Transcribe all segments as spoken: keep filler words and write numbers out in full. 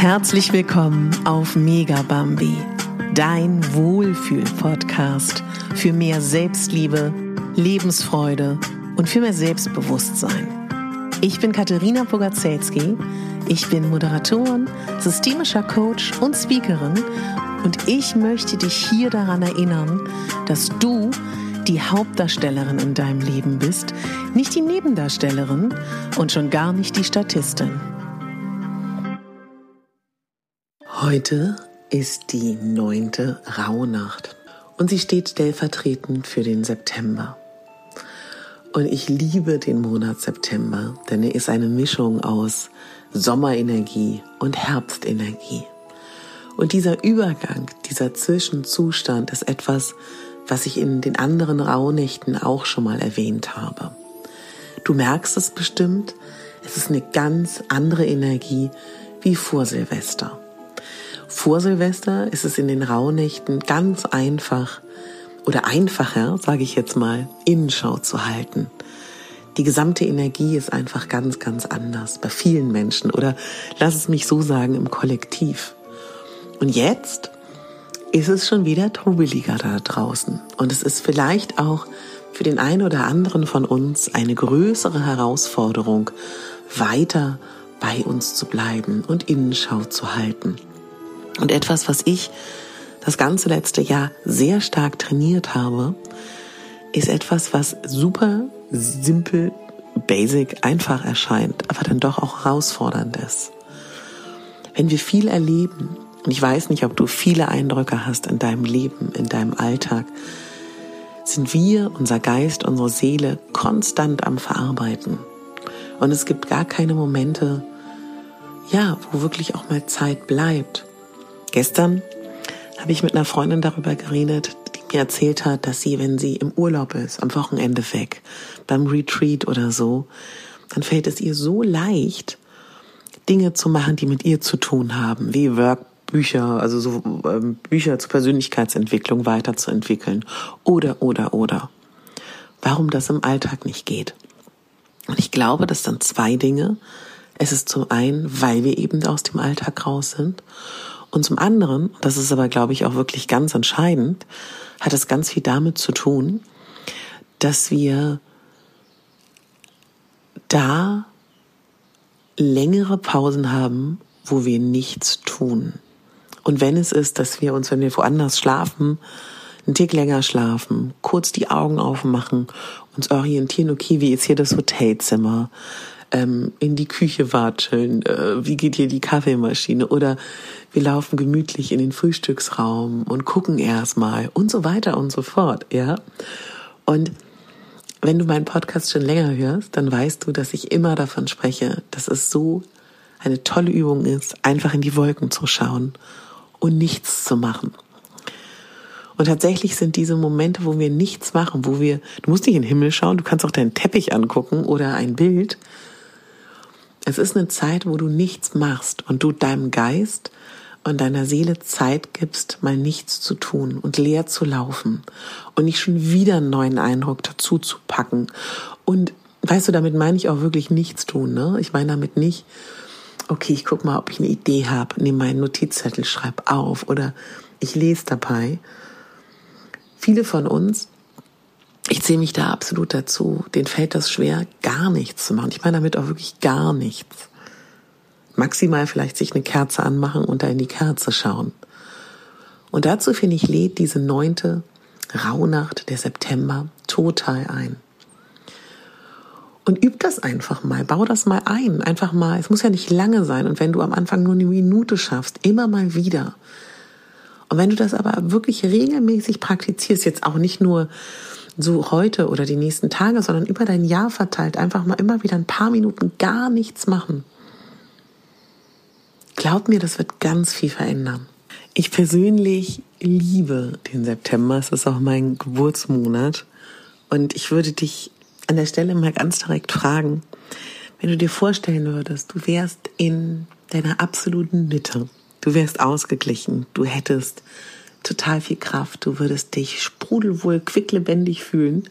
Herzlich willkommen auf Mega Bambi, dein Wohlfühl-Podcast für mehr Selbstliebe, Lebensfreude und für mehr Selbstbewusstsein. Ich bin Katharina Bogazelski, ich bin Moderatorin, systemischer Coach und Speakerin und ich möchte dich hier daran erinnern, dass du die Hauptdarstellerin in deinem Leben bist, nicht die Nebendarstellerin und schon gar nicht die Statistin. Heute ist die neunte Rauhnacht und sie steht stellvertretend für den September. Und ich liebe den Monat September, denn er ist eine Mischung aus Sommerenergie und Herbstenergie. Und dieser Übergang, dieser Zwischenzustand ist etwas, was ich in den anderen Rauhnächten auch schon mal erwähnt habe. Du merkst es bestimmt, es ist eine ganz andere Energie wie vor Silvester. Vor Silvester ist es in den Rauhnächten ganz einfach oder einfacher, sage ich jetzt mal, Innenschau zu halten. Die gesamte Energie ist einfach ganz, ganz anders bei vielen Menschen oder lass es mich so sagen, im Kollektiv. Und jetzt ist es schon wieder trubeliger da draußen und es ist vielleicht auch für den einen oder anderen von uns eine größere Herausforderung, weiter bei uns zu bleiben und Innenschau zu halten. Und etwas, was ich das ganze letzte Jahr sehr stark trainiert habe, ist etwas, was super simpel, basic, einfach erscheint, aber dann doch auch herausfordernd ist. Wenn wir viel erleben, und ich weiß nicht, ob du viele Eindrücke hast in deinem Leben, in deinem Alltag, sind wir, unser Geist, unsere Seele konstant am Verarbeiten. Und es gibt gar keine Momente, ja, wo wirklich auch mal Zeit bleibt. Gestern habe ich mit einer Freundin darüber geredet, die mir erzählt hat, dass sie, wenn sie im Urlaub ist, am Wochenende weg, beim Retreat oder so, dann fällt es ihr so leicht, Dinge zu machen, die mit ihr zu tun haben, wie Workbücher, also so ähm, Bücher zur Persönlichkeitsentwicklung weiterzuentwickeln oder, oder, oder. Warum das im Alltag nicht geht. Und ich glaube, das sind zwei Dinge. Es ist zum einen, weil wir eben aus dem Alltag raus sind. Und zum anderen, das ist aber, glaube ich, auch wirklich ganz entscheidend, hat es ganz viel damit zu tun, dass wir da längere Pausen haben, wo wir nichts tun. Und wenn es ist, dass wir uns, wenn wir woanders schlafen, einen Tick länger schlafen, kurz die Augen aufmachen, uns orientieren, okay, wie ist hier das Hotelzimmer, ähm, in die Küche watscheln, äh, wie geht hier die Kaffeemaschine oder wir laufen gemütlich in den Frühstücksraum und gucken erstmal und so weiter und so fort, ja. Und wenn du meinen Podcast schon länger hörst, dann weißt du, dass ich immer davon spreche, dass es so eine tolle Übung ist, einfach in die Wolken zu schauen und nichts zu machen. Und tatsächlich sind diese Momente, wo wir nichts machen, wo wir, du musst nicht in den Himmel schauen, du kannst auch deinen Teppich angucken oder ein Bild. Es ist eine Zeit, wo du nichts machst und du deinem Geist und deiner Seele Zeit gibst, mal nichts zu tun und leer zu laufen und nicht schon wieder einen neuen Eindruck dazu zu packen. Und weißt du, damit meine ich auch wirklich nichts tun, ne? Ich meine damit nicht, okay, ich guck mal, ob ich eine Idee habe, nehme meinen Notizzettel, schreib auf oder ich lese dabei. Viele von uns, ich zähle mich da absolut dazu, denen fällt das schwer, gar nichts zu machen. Ich meine damit auch wirklich gar nichts. Maximal vielleicht sich eine Kerze anmachen und da in die Kerze schauen. Und dazu, finde ich, lädt diese neunte Rauhnacht, der September, total ein. Und üb das einfach mal, bau das mal ein, einfach mal, es muss ja nicht lange sein. Und wenn du am Anfang nur eine Minute schaffst, immer mal wieder. Und wenn du das aber wirklich regelmäßig praktizierst, jetzt auch nicht nur so heute oder die nächsten Tage, sondern über dein Jahr verteilt, einfach mal immer wieder ein paar Minuten gar nichts machen. Glaub mir, das wird ganz viel verändern. Ich persönlich liebe den September, es ist auch mein Geburtsmonat und ich würde dich an der Stelle mal ganz direkt fragen, wenn du dir vorstellen würdest, du wärst in deiner absoluten Mitte, du wärst ausgeglichen, du hättest total viel Kraft, du würdest dich sprudelwohl, quicklebendig fühlen.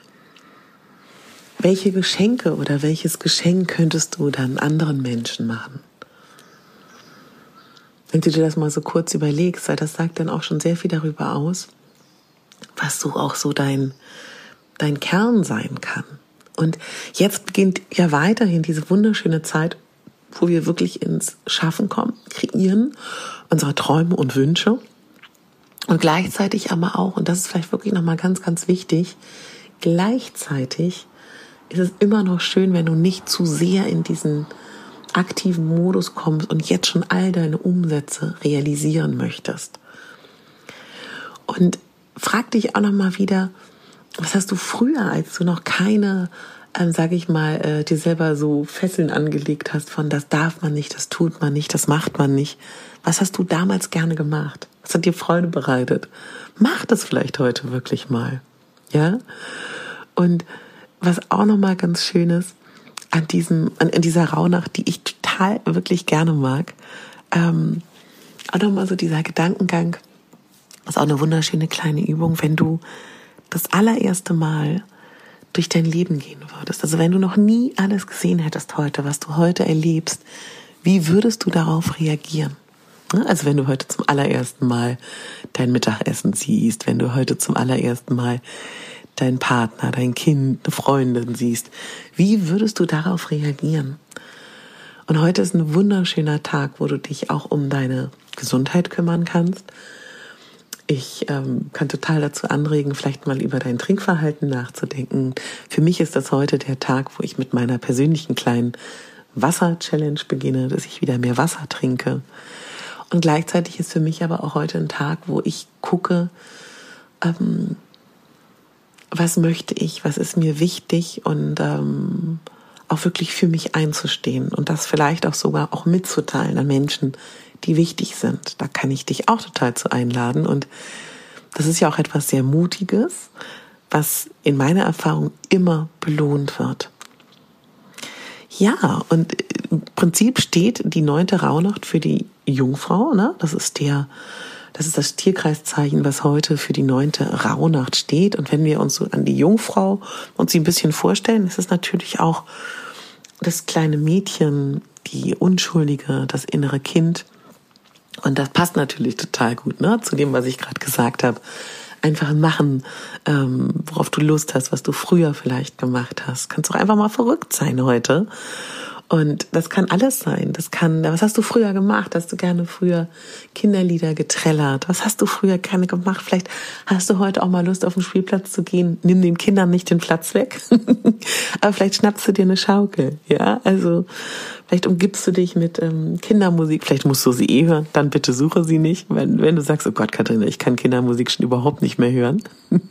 Welche Geschenke oder welches Geschenk könntest du dann anderen Menschen machen? Wenn du dir das mal so kurz überlegst, weil das sagt dann auch schon sehr viel darüber aus, was so auch so dein, dein Kern sein kann. Und jetzt beginnt ja weiterhin diese wunderschöne Zeit, wo wir wirklich ins Schaffen kommen, kreieren, unsere Träume und Wünsche. Und gleichzeitig aber auch, und das ist vielleicht wirklich nochmal ganz, ganz wichtig, gleichzeitig ist es immer noch schön, wenn du nicht zu sehr in diesen aktiven Modus kommst und jetzt schon all deine Umsätze realisieren möchtest. Und frag dich auch nochmal wieder, was hast du früher, als du noch keine, ähm, sage ich mal, äh, dir selber so Fesseln angelegt hast von das darf man nicht, das tut man nicht, das macht man nicht. Was hast du damals gerne gemacht? Was hat dir Freude bereitet? Mach das vielleicht heute wirklich mal. Ja? Und was auch nochmal ganz schön ist, an diesem, an, an dieser Rauhnacht, die ich total wirklich gerne mag, ähm, auch nochmal so dieser Gedankengang, ist auch eine wunderschöne kleine Übung, wenn du das allererste Mal durch dein Leben gehen würdest. Also wenn du noch nie alles gesehen hättest heute, was du heute erlebst, wie würdest du darauf reagieren? Also wenn du heute zum allerersten Mal dein Mittagessen siehst, wenn du heute zum allerersten Mal deinen Partner, dein Kind, eine Freundin siehst, wie würdest du darauf reagieren? Und heute ist ein wunderschöner Tag, wo du dich auch um deine Gesundheit kümmern kannst. Ich ähm, kann total dazu anregen, vielleicht mal über dein Trinkverhalten nachzudenken. Für mich ist das heute der Tag, wo ich mit meiner persönlichen kleinen Wasser-Challenge beginne, dass ich wieder mehr Wasser trinke. Und gleichzeitig ist für mich aber auch heute ein Tag, wo ich gucke, ähm, was möchte ich, was ist mir wichtig und ähm, auch wirklich für mich einzustehen und das vielleicht auch sogar auch mitzuteilen an Menschen, die wichtig sind. Da kann ich dich auch total zu einladen und das ist ja auch etwas sehr Mutiges, was in meiner Erfahrung immer belohnt wird. Ja, und im Prinzip steht die neunte Rauhnacht für die Jungfrau, ne? Das ist der Das ist das Tierkreiszeichen, was heute für die neunte Rauhnacht steht. Und wenn wir uns so an die Jungfrau uns sie ein bisschen vorstellen, ist es natürlich auch das kleine Mädchen, die Unschuldige, das innere Kind. Und das passt natürlich total gut, ne, zu dem, was ich gerade gesagt habe. Einfach machen, ähm, worauf du Lust hast, was du früher vielleicht gemacht hast. Kannst doch einfach mal verrückt sein heute. Und das kann alles sein. Das kann, was hast du früher gemacht? Hast du gerne früher Kinderlieder getrellert? Was hast du früher gerne gemacht? Vielleicht hast du heute auch mal Lust, auf den Spielplatz zu gehen. Nimm den Kindern nicht den Platz weg. Aber vielleicht schnappst du dir eine Schaukel. Ja, also vielleicht umgibst du dich mit ähm, Kindermusik. Vielleicht musst du sie eh hören. Dann bitte suche sie nicht. Wenn, wenn du sagst, oh Gott, Katharina, ich kann Kindermusik schon überhaupt nicht mehr hören.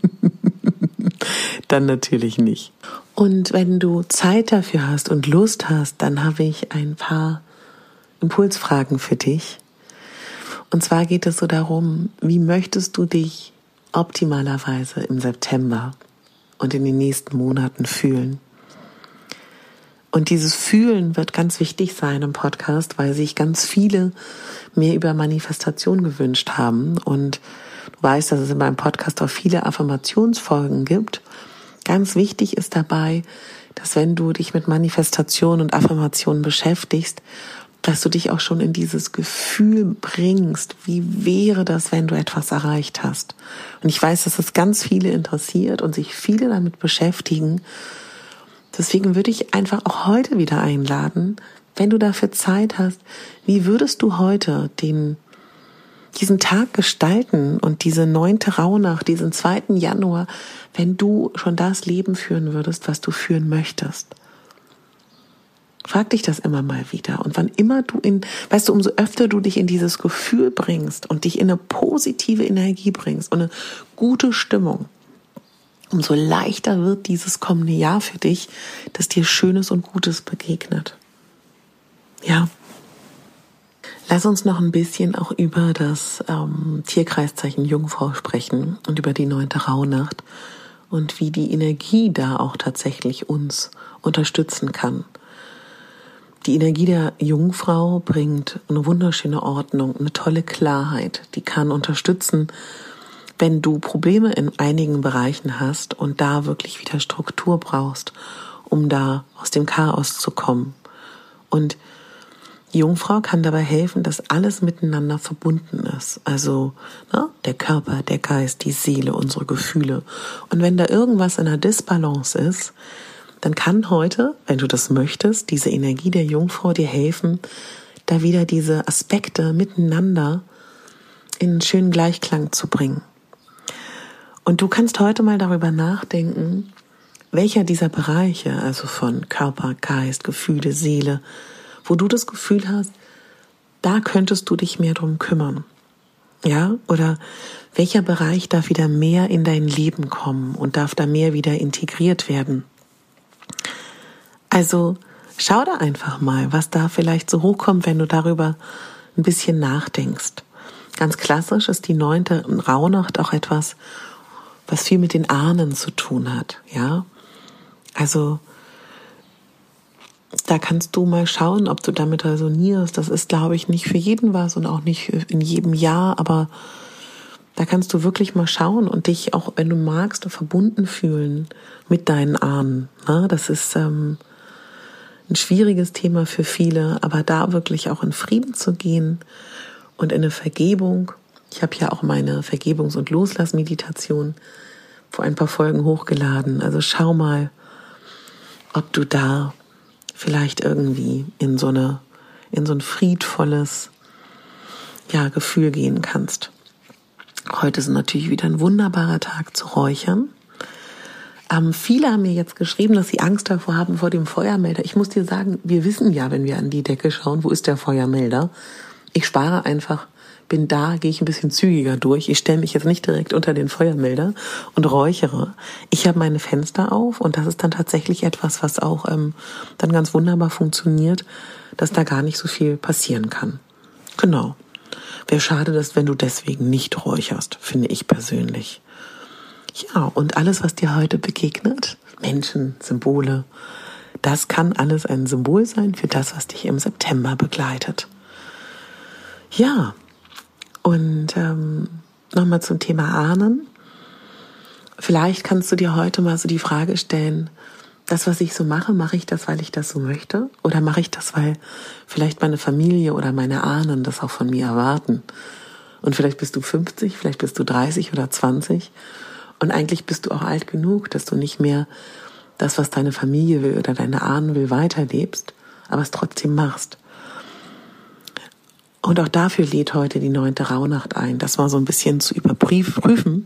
Dann natürlich nicht. Und wenn du Zeit dafür hast und Lust hast, dann habe ich ein paar Impulsfragen für dich. Und zwar geht es so darum, wie möchtest du dich optimalerweise im September und in den nächsten Monaten fühlen? Und dieses Fühlen wird ganz wichtig sein im Podcast, weil sich ganz viele mir über Manifestation gewünscht haben. Und du weißt, dass es in meinem Podcast auch viele Affirmationsfolgen gibt. Ganz wichtig ist dabei, dass wenn du dich mit Manifestation und Affirmation beschäftigst, dass du dich auch schon in dieses Gefühl bringst, wie wäre das, wenn du etwas erreicht hast. Und ich weiß, dass es ganz viele interessiert und sich viele damit beschäftigen. Deswegen würde ich einfach auch heute wieder einladen, wenn du dafür Zeit hast, wie würdest du heute den diesen Tag gestalten und diese neunte Rauhnacht, diesen zweiten Januar, wenn du schon das Leben führen würdest, was du führen möchtest. Frag dich das immer mal wieder. Und wann immer du in, weißt du, umso öfter du dich in dieses Gefühl bringst und dich in eine positive Energie bringst und eine gute Stimmung, umso leichter wird dieses kommende Jahr für dich, dass dir Schönes und Gutes begegnet. Ja. Lass uns noch ein bisschen auch über das ähm, Tierkreiszeichen Jungfrau sprechen und über die neunte Rauhnacht und wie die Energie da auch tatsächlich uns unterstützen kann. Die Energie der Jungfrau bringt eine wunderschöne Ordnung, eine tolle Klarheit. Die kann unterstützen, wenn du Probleme in einigen Bereichen hast und da wirklich wieder Struktur brauchst, um da aus dem Chaos zu kommen. Und Die Jungfrau kann dabei helfen, dass alles miteinander verbunden ist. Also ne, der Körper, der Geist, die Seele, unsere Gefühle. Und wenn da irgendwas in einer Disbalance ist, dann kann heute, wenn du das möchtest, diese Energie der Jungfrau dir helfen, da wieder diese Aspekte miteinander in einen schönen Gleichklang zu bringen. Und du kannst heute mal darüber nachdenken, welcher dieser Bereiche, also von Körper, Geist, Gefühle, Seele, wo du das Gefühl hast, da könntest du dich mehr drum kümmern. Ja, oder welcher Bereich darf wieder mehr in dein Leben kommen und darf da mehr wieder integriert werden? Also schau da einfach mal, was da vielleicht so hochkommt, wenn du darüber ein bisschen nachdenkst. Ganz klassisch ist die neunte Rauhnacht auch etwas, was viel mit den Ahnen zu tun hat. Ja, also da kannst du mal schauen, ob du damit resonierst. Das ist, glaube ich, nicht für jeden was und auch nicht in jedem Jahr, aber da kannst du wirklich mal schauen und dich auch, wenn du magst, verbunden fühlen mit deinen Ahnen. Das ist ähm, ein schwieriges Thema für viele, aber da wirklich auch in Frieden zu gehen und in eine Vergebung. Ich habe ja auch meine Vergebungs- und Loslassmeditation vor ein paar Folgen hochgeladen. Also schau mal, ob du da vielleicht irgendwie in so eine, in so ein friedvolles, ja, Gefühl gehen kannst. Heute ist natürlich wieder ein wunderbarer Tag zu räuchern. Ähm, viele haben mir jetzt geschrieben, dass sie Angst davor haben vor dem Feuermelder. Ich muss dir sagen, wir wissen ja, wenn wir an die Decke schauen, wo ist der Feuermelder? Ich spare einfach, bin da, gehe ich ein bisschen zügiger durch. Ich stelle mich jetzt nicht direkt unter den Feuermelder und räuchere. Ich habe meine Fenster auf und das ist dann tatsächlich etwas, was auch ähm, dann ganz wunderbar funktioniert, dass da gar nicht so viel passieren kann. Genau. Wäre schade, dass wenn du deswegen nicht räucherst, finde ich persönlich. Ja, und alles, was dir heute begegnet, Menschen, Symbole, das kann alles ein Symbol sein für das, was dich im September begleitet. Ja, und ähm, nochmal zum Thema Ahnen. Vielleicht kannst du dir heute mal so die Frage stellen, das, was ich so mache, mache ich das, weil ich das so möchte? Oder mache ich das, weil vielleicht meine Familie oder meine Ahnen das auch von mir erwarten? Und vielleicht bist du fünfzig, vielleicht bist du dreißig oder zwanzig und eigentlich bist du auch alt genug, dass du nicht mehr das, was deine Familie will oder deine Ahnen will, weiterlebst, aber es trotzdem machst. Und auch dafür lädt heute die neunte Rauhnacht ein, das mal so ein bisschen zu überprüfen.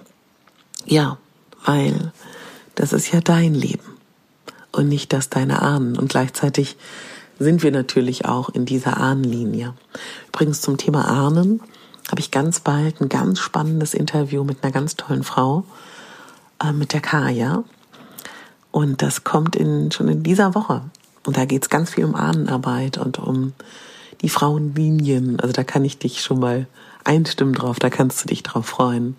Ja, weil das ist ja dein Leben und nicht das deiner Ahnen. Und gleichzeitig sind wir natürlich auch in dieser Ahnenlinie. Übrigens zum Thema Ahnen habe ich ganz bald ein ganz spannendes Interview mit einer ganz tollen Frau, äh, mit der Kaya. Und das kommt in, schon in dieser Woche. Und da geht es ganz viel um Ahnenarbeit und um die Frauenlinien. Also da kann ich dich schon mal einstimmen drauf, da kannst du dich drauf freuen.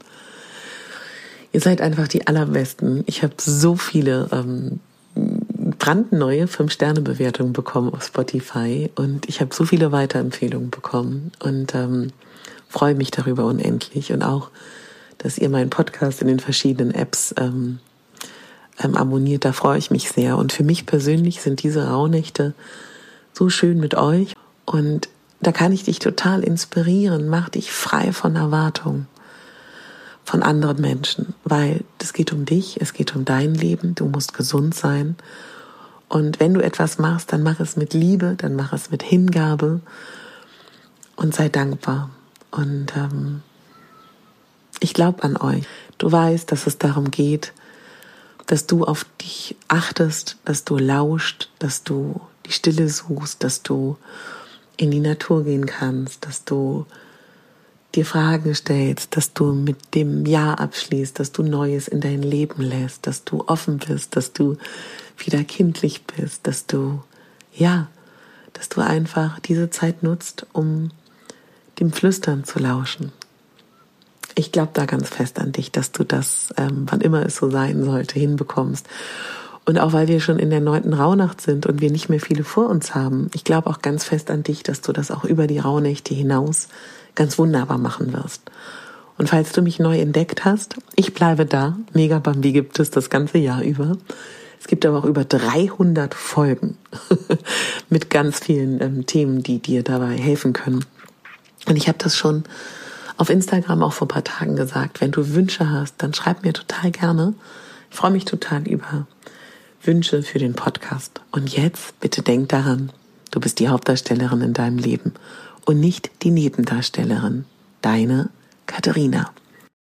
Ihr seid einfach die Allerbesten. Ich habe so viele ähm, brandneue fünf Sterne Bewertungen bekommen auf Spotify und ich habe so viele Weiterempfehlungen bekommen und ähm, freue mich darüber unendlich. Und auch, dass ihr meinen Podcast in den verschiedenen Apps ähm, ähm, abonniert, da freue ich mich sehr. Und für mich persönlich sind diese Rauhnächte so schön mit euch. Und da kann ich dich total inspirieren, mach dich frei von Erwartungen von anderen Menschen, weil es geht um dich, es geht um dein Leben, du musst gesund sein. Und wenn du etwas machst, dann mach es mit Liebe, dann mach es mit Hingabe und sei dankbar. Und ähm, ich glaube an euch. Du weißt, dass es darum geht, dass du auf dich achtest, dass du lauscht, dass du die Stille suchst, dass du in die Natur gehen kannst, dass du dir Fragen stellst, dass du mit dem Ja abschließt, dass du Neues in dein Leben lässt, dass du offen bist, dass du wieder kindlich bist, dass du, ja, dass du einfach diese Zeit nutzt, um dem Flüstern zu lauschen. Ich glaube da ganz fest an dich, dass du das, ähm, wann immer es so sein sollte, hinbekommst. Und auch weil wir schon in der neunten Rauhnacht sind und wir nicht mehr viele vor uns haben, ich glaube auch ganz fest an dich, dass du das auch über die Rauhnächte hinaus ganz wunderbar machen wirst. Und falls du mich neu entdeckt hast, ich bleibe da. Megabambi gibt es das ganze Jahr über. Es gibt aber auch über dreihundert Folgen mit ganz vielen ähm, Themen, die dir dabei helfen können. Und ich habe das schon auf Instagram auch vor ein paar Tagen gesagt. Wenn du Wünsche hast, dann schreib mir total gerne. Ich freue mich total über Wünsche für den Podcast. Und jetzt bitte denk daran, du bist die Hauptdarstellerin in deinem Leben und nicht die Nebendarstellerin. Deine Katharina.